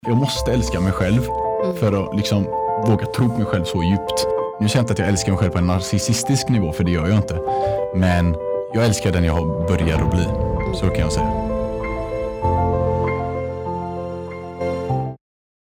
jag måste älska mig själv för att liksom våga tro på mig själv så djupt. Nu känner jag inte att jag älskar mig själv på en narcissistisk nivå, för det gör jag inte. Men jag älskar den jag börjar att bli, så kan jag säga.